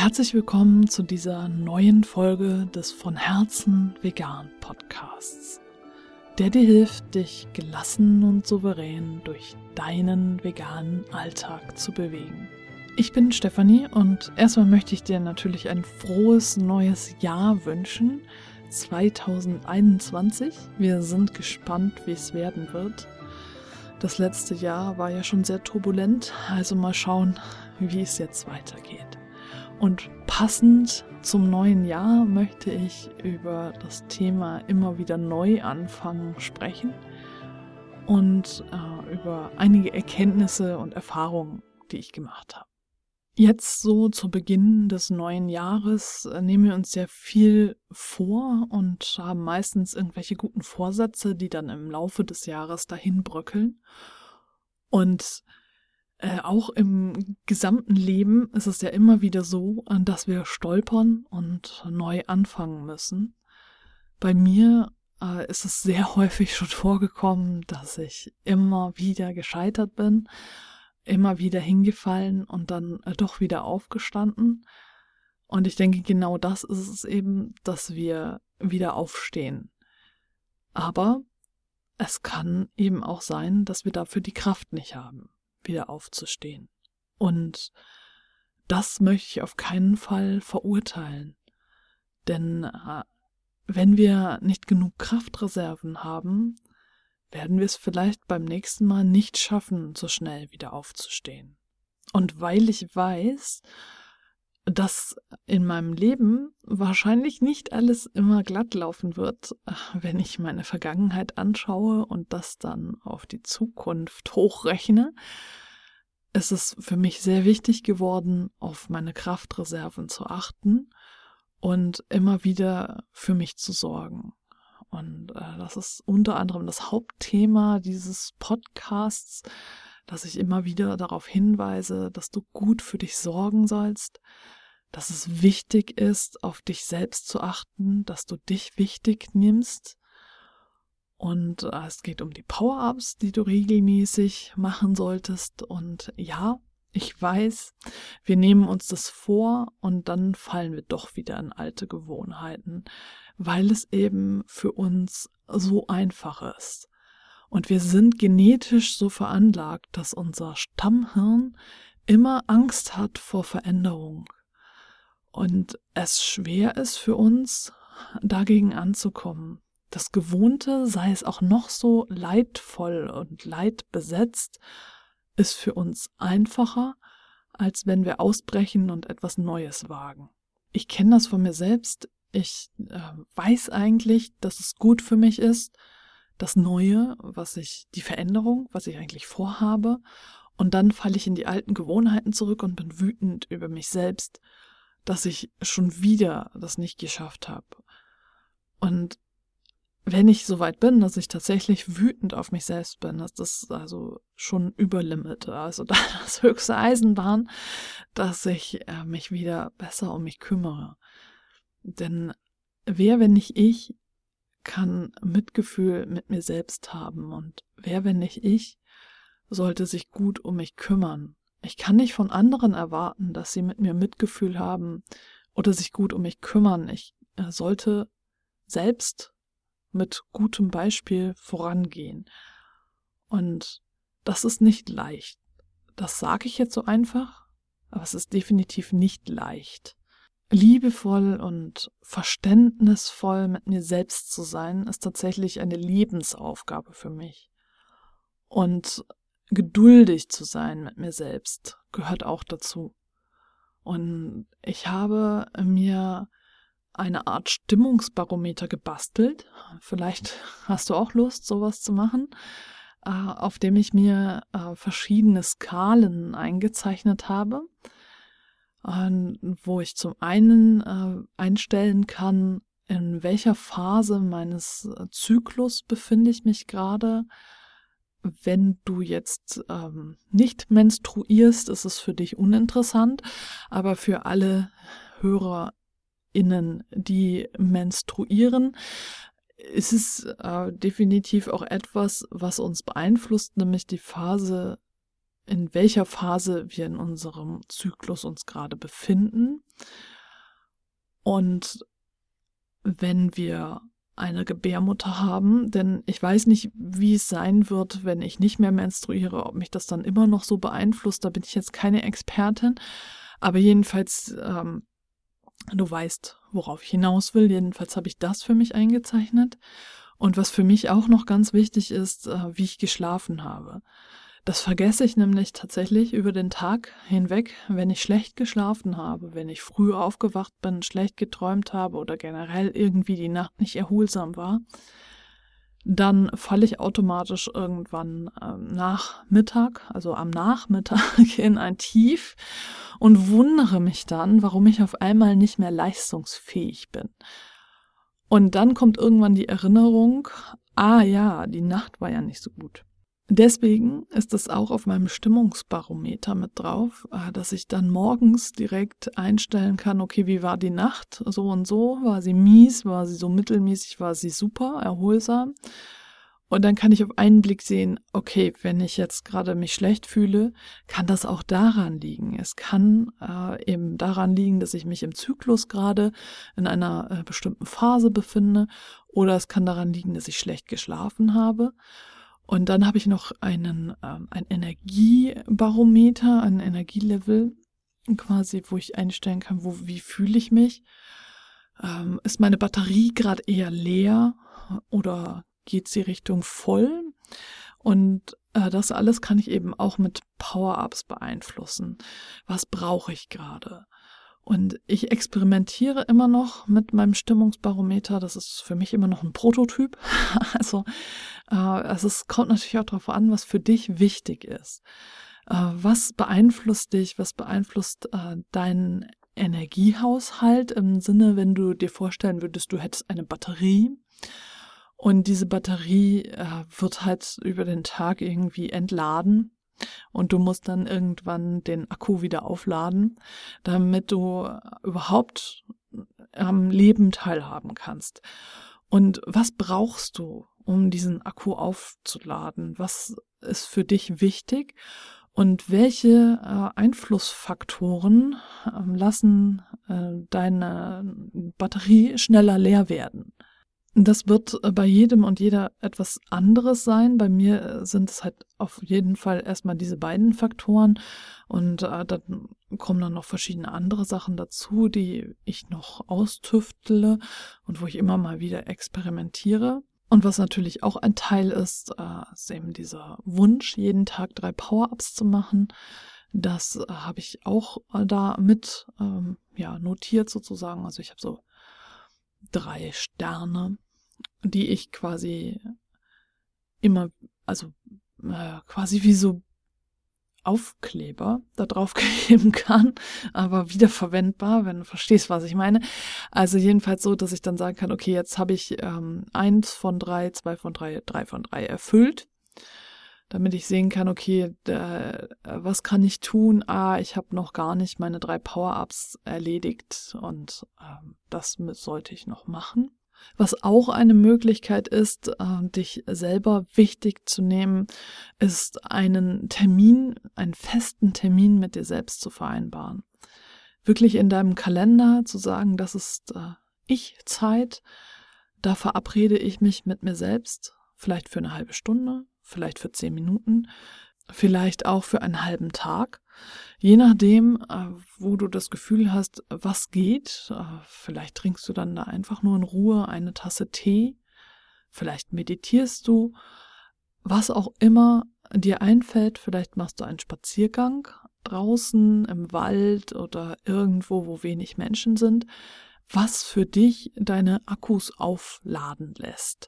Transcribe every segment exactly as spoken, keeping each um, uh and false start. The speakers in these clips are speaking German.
Herzlich willkommen zu dieser neuen Folge des Von Herzen Vegan Podcasts, der dir hilft, dich gelassen und souverän durch deinen veganen Alltag zu bewegen. Ich bin Stefanie und erstmal möchte ich dir natürlich ein frohes neues Jahr wünschen, zwanzig einundzwanzig. Wir sind gespannt, wie es werden wird. Das letzte Jahr war ja schon sehr turbulent, also mal schauen, wie es jetzt weitergeht. Und passend zum neuen Jahr möchte ich über das Thema immer wieder neu anfangen sprechen und äh, über einige Erkenntnisse und Erfahrungen, die ich gemacht habe. Jetzt so zu Beginn des neuen Jahres äh, nehmen wir uns sehr viel vor und haben meistens irgendwelche guten Vorsätze, die dann im Laufe des Jahres dahin bröckeln. Und Äh, auch im gesamten Leben ist es ja immer wieder so, dass wir stolpern und neu anfangen müssen. Bei mir äh, ist es sehr häufig schon vorgekommen, dass ich immer wieder gescheitert bin, immer wieder hingefallen und dann äh, doch wieder aufgestanden. Und ich denke, genau das ist es eben, dass wir wieder aufstehen. Aber es kann eben auch sein, dass wir dafür die Kraft nicht haben, wieder aufzustehen. Und das möchte ich auf keinen Fall verurteilen. Denn äh, wenn wir nicht genug Kraftreserven haben, werden wir es vielleicht beim nächsten Mal nicht schaffen, so schnell wieder aufzustehen. Und weil ich weiß, dass in meinem Leben wahrscheinlich nicht alles immer glatt laufen wird, wenn ich meine Vergangenheit anschaue und das dann auf die Zukunft hochrechne, ist es für mich sehr wichtig geworden, auf meine Kraftreserven zu achten und immer wieder für mich zu sorgen. Und äh, das ist unter anderem das Hauptthema dieses Podcasts, dass ich immer wieder darauf hinweise, dass du gut für dich sorgen sollst, dass es wichtig ist, auf dich selbst zu achten, dass du dich wichtig nimmst. Und äh, es geht um die Power-Ups, die du regelmäßig machen solltest. Und ja, ich weiß, wir nehmen uns das vor und dann fallen wir doch wieder in alte Gewohnheiten, weil es eben für uns so einfach ist. Und wir sind genetisch so veranlagt, dass unser Stammhirn immer Angst hat vor Veränderung. Und es schwer ist für uns, dagegen anzukommen. Das Gewohnte, sei es auch noch so leidvoll und leidbesetzt, ist für uns einfacher, als wenn wir ausbrechen und etwas Neues wagen. Ich kenne das von mir selbst. Ich äh, weiß eigentlich, dass es gut für mich ist, das Neue, was ich, die Veränderung, was ich eigentlich vorhabe. Und dann falle ich in die alten Gewohnheiten zurück und bin wütend über mich selbst, dass ich schon wieder das nicht geschafft habe. Und wenn ich so weit bin, dass ich tatsächlich wütend auf mich selbst bin, ist das also schon Überlimit, also das höchste Eisenbahn, dass ich äh, mich wieder besser um mich kümmere. Denn wer, wenn nicht ich, kann Mitgefühl mit mir selbst haben und wer, wenn nicht ich, sollte sich gut um mich kümmern. Ich kann nicht von anderen erwarten, dass sie mit mir Mitgefühl haben oder sich gut um mich kümmern. Ich äh, sollte selbst mit gutem Beispiel vorangehen. Und das ist nicht leicht. Das sage ich jetzt so einfach, aber es ist definitiv nicht leicht. Liebevoll und verständnisvoll mit mir selbst zu sein, ist tatsächlich eine Lebensaufgabe für mich. Und geduldig zu sein mit mir selbst gehört auch dazu. Und ich habe mir eine Art Stimmungsbarometer gebastelt. Vielleicht hast du auch Lust, sowas zu machen, äh, auf dem ich mir äh, verschiedene Skalen eingezeichnet habe, äh, wo ich zum einen äh, einstellen kann, in welcher Phase meines Zyklus befinde ich mich gerade. Wenn du jetzt ähm, nicht menstruierst, ist es für dich uninteressant, aber für alle HörerInnen, die menstruieren, ist es äh, definitiv auch etwas, was uns beeinflusst, nämlich die Phase in welcher Phase wir in unserem Zyklus uns gerade befinden. Und wenn wir eine Gebärmutter haben, denn ich weiß nicht, wie es sein wird, wenn ich nicht mehr menstruiere, ob mich das dann immer noch so beeinflusst, da bin ich jetzt keine Expertin, aber jedenfalls, ähm, du weißt, worauf ich hinaus will, jedenfalls habe ich das für mich eingezeichnet. Und was für mich auch noch ganz wichtig ist, äh, wie ich geschlafen habe. Das vergesse ich nämlich tatsächlich über den Tag hinweg, wenn ich schlecht geschlafen habe, wenn ich früh aufgewacht bin, schlecht geträumt habe oder generell irgendwie die Nacht nicht erholsam war, dann falle ich automatisch irgendwann äh, nach Mittag, also am Nachmittag in ein Tief und wundere mich dann, warum ich auf einmal nicht mehr leistungsfähig bin. Und dann kommt irgendwann die Erinnerung, ah ja, die Nacht war ja nicht so gut. Deswegen ist es auch auf meinem Stimmungsbarometer mit drauf, dass ich dann morgens direkt einstellen kann, okay, wie war die Nacht? So und so, war sie mies, war sie so mittelmäßig, war sie super, erholsam? Und dann kann ich auf einen Blick sehen, okay, wenn ich jetzt gerade mich schlecht fühle, kann das auch daran liegen. Es kann äh, eben daran liegen, dass ich mich im Zyklus gerade in einer äh, bestimmten Phase befinde, oder es kann daran liegen, dass ich schlecht geschlafen habe. Und dann habe ich noch einen ähm, ein Energiebarometer, ein Energielevel quasi, wo ich einstellen kann, wo wie fühle ich mich. Ähm, ist meine Batterie gerade eher leer oder geht sie Richtung voll? Und äh, das alles kann ich eben auch mit Power-Ups beeinflussen. Was brauche ich gerade? Und ich experimentiere immer noch mit meinem Stimmungsbarometer. Das ist für mich immer noch ein Prototyp. Also, äh, also es kommt natürlich auch darauf an, was für dich wichtig ist. Äh, was beeinflusst dich? Was beeinflusst äh, deinen Energiehaushalt im Sinne, wenn du dir vorstellen würdest, du hättest eine Batterie und diese Batterie äh, wird halt über den Tag irgendwie entladen. Und du musst dann irgendwann den Akku wieder aufladen, damit du überhaupt am Leben teilhaben kannst. Und was brauchst du, um diesen Akku aufzuladen? Was ist für dich wichtig? Und welche äh, Einflussfaktoren äh, lassen äh, deine Batterie schneller leer werden? Das wird bei jedem und jeder etwas anderes sein. Bei mir sind es halt auf jeden Fall erstmal diese beiden Faktoren und äh, dann kommen dann noch verschiedene andere Sachen dazu, die ich noch austüftle und wo ich immer mal wieder experimentiere. Und was natürlich auch ein Teil ist, äh, ist eben dieser Wunsch, jeden Tag drei Power-Ups zu machen. Das äh, habe ich auch äh, da mit ähm, ja, notiert sozusagen. Also ich habe so drei Sterne, die ich quasi immer, also äh, quasi wie so Aufkleber da drauf geben kann, aber wiederverwendbar, wenn du verstehst, was ich meine. Also jedenfalls so, dass ich dann sagen kann, okay, jetzt habe ich ähm, eins von drei, zwei von drei, drei von drei erfüllt, damit ich sehen kann, okay, da, was kann ich tun? Ah, ich habe noch gar nicht meine drei Power-Ups erledigt und ähm, das sollte ich noch machen. Was auch eine Möglichkeit ist, äh, dich selber wichtig zu nehmen, ist einen Termin, einen festen Termin mit dir selbst zu vereinbaren. Wirklich in deinem Kalender zu sagen, das ist äh, Ich-Zeit, da verabrede ich mich mit mir selbst, vielleicht für eine halbe Stunde, vielleicht für zehn Minuten, vielleicht auch für einen halben Tag. Je nachdem, wo du das Gefühl hast, was geht. Vielleicht trinkst du dann da einfach nur in Ruhe eine Tasse Tee. Vielleicht meditierst du. Was auch immer dir einfällt. Vielleicht machst du einen Spaziergang draußen im Wald oder irgendwo, wo wenig Menschen sind. Was für dich deine Akkus aufladen lässt.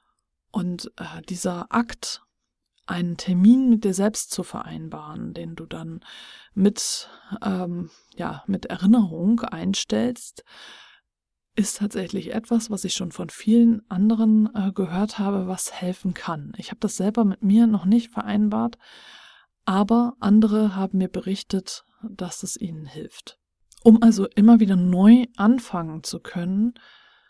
Und äh, dieser Akt, einen Termin mit dir selbst zu vereinbaren, den du dann mit, ähm, ja, mit Erinnerung einstellst, ist tatsächlich etwas, was ich schon von vielen anderen äh, gehört habe, was helfen kann. Ich habe das selber mit mir noch nicht vereinbart, aber andere haben mir berichtet, dass es ihnen hilft. Um also immer wieder neu anfangen zu können,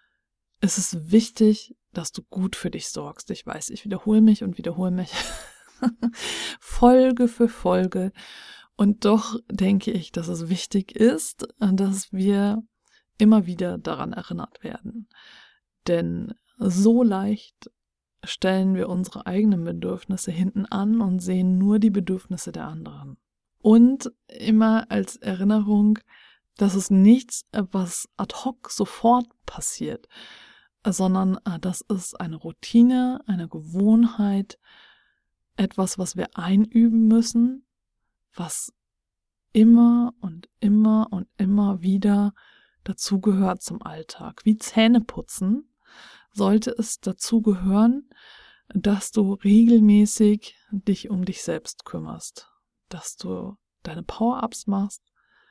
ist es wichtig, dass du gut für dich sorgst. Ich weiß, ich wiederhole mich und wiederhole mich. Folge für Folge. Und doch denke ich, dass es wichtig ist, dass wir immer wieder daran erinnert werden. Denn so leicht stellen wir unsere eigenen Bedürfnisse hinten an und sehen nur die Bedürfnisse der anderen. Und immer als Erinnerung, dass es nichts, was ad hoc sofort passiert, sondern das ist eine Routine, eine Gewohnheit, etwas, was wir einüben müssen, was immer und immer und immer wieder dazugehört zum Alltag. Wie Zähneputzen sollte es dazu gehören, dass du regelmäßig dich um dich selbst kümmerst, dass du deine Power-Ups machst,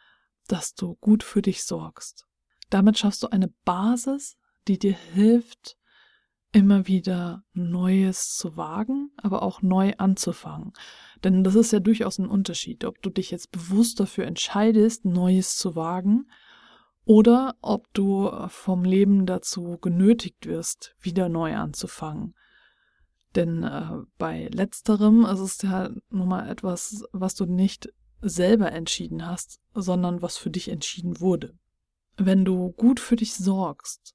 dass du gut für dich sorgst. Damit schaffst du eine Basis, die dir hilft, immer wieder Neues zu wagen, aber auch neu anzufangen. Denn das ist ja durchaus ein Unterschied, ob du dich jetzt bewusst dafür entscheidest, Neues zu wagen, oder ob du vom Leben dazu genötigt wirst, wieder neu anzufangen. Denn äh, bei letzterem ist es ja nun mal etwas, was du nicht selber entschieden hast, sondern was für dich entschieden wurde. Wenn du gut für dich sorgst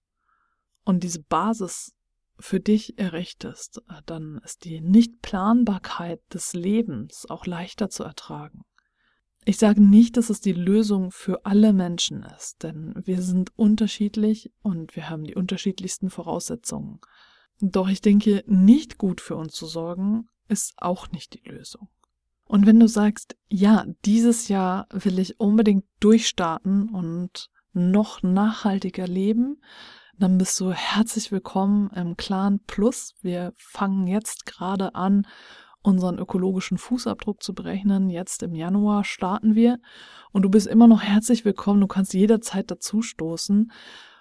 und diese Basis für dich errichtest, dann ist die Nichtplanbarkeit des Lebens auch leichter zu ertragen. Ich sage nicht, dass es die Lösung für alle Menschen ist, denn wir sind unterschiedlich und wir haben die unterschiedlichsten Voraussetzungen. Doch ich denke, nicht gut für uns zu sorgen, ist auch nicht die Lösung. Und wenn du sagst, ja, dieses Jahr will ich unbedingt durchstarten und noch nachhaltiger leben, dann bist du herzlich willkommen im Clan Plus. Wir fangen jetzt gerade an, unseren ökologischen Fußabdruck zu berechnen. Jetzt im Januar starten wir und du bist immer noch herzlich willkommen. Du kannst jederzeit dazu stoßen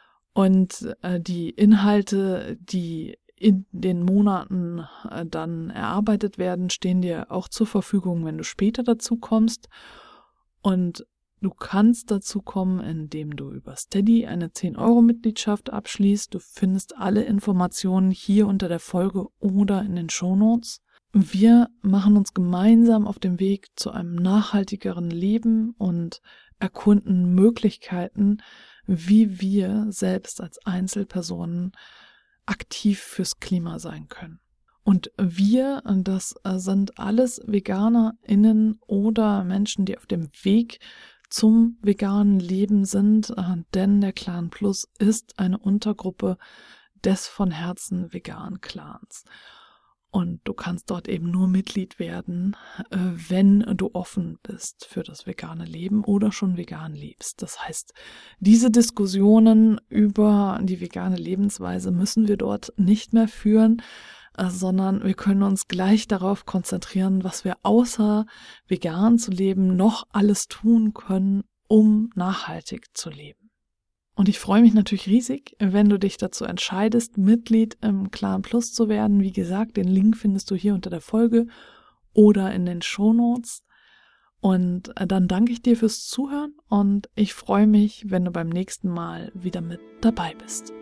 und äh, die Inhalte, die in den Monaten äh, dann erarbeitet werden, stehen dir auch zur Verfügung, wenn du später dazu kommst. Und du kannst dazu kommen, indem du über Steady eine zehn Euro Mitgliedschaft abschließt. Du findest alle Informationen hier unter der Folge oder in den Shownotes. Wir machen uns gemeinsam auf den Weg zu einem nachhaltigeren Leben und erkunden Möglichkeiten, wie wir selbst als Einzelpersonen aktiv fürs Klima sein können. Und wir, das sind alles VeganerInnen oder Menschen, die auf dem Weg zum veganen Leben sind, denn der Clan Plus ist eine Untergruppe des von Herzen veganen Clans. Und du kannst dort eben nur Mitglied werden, wenn du offen bist für das vegane Leben oder schon vegan lebst. Das heißt, diese Diskussionen über die vegane Lebensweise müssen wir dort nicht mehr führen, sondern wir können uns gleich darauf konzentrieren, was wir außer vegan zu leben noch alles tun können, um nachhaltig zu leben. Und ich freue mich natürlich riesig, wenn du dich dazu entscheidest, Mitglied im Clan Plus zu werden. Wie gesagt, den Link findest du hier unter der Folge oder in den Shownotes. Und dann danke ich dir fürs Zuhören und ich freue mich, wenn du beim nächsten Mal wieder mit dabei bist.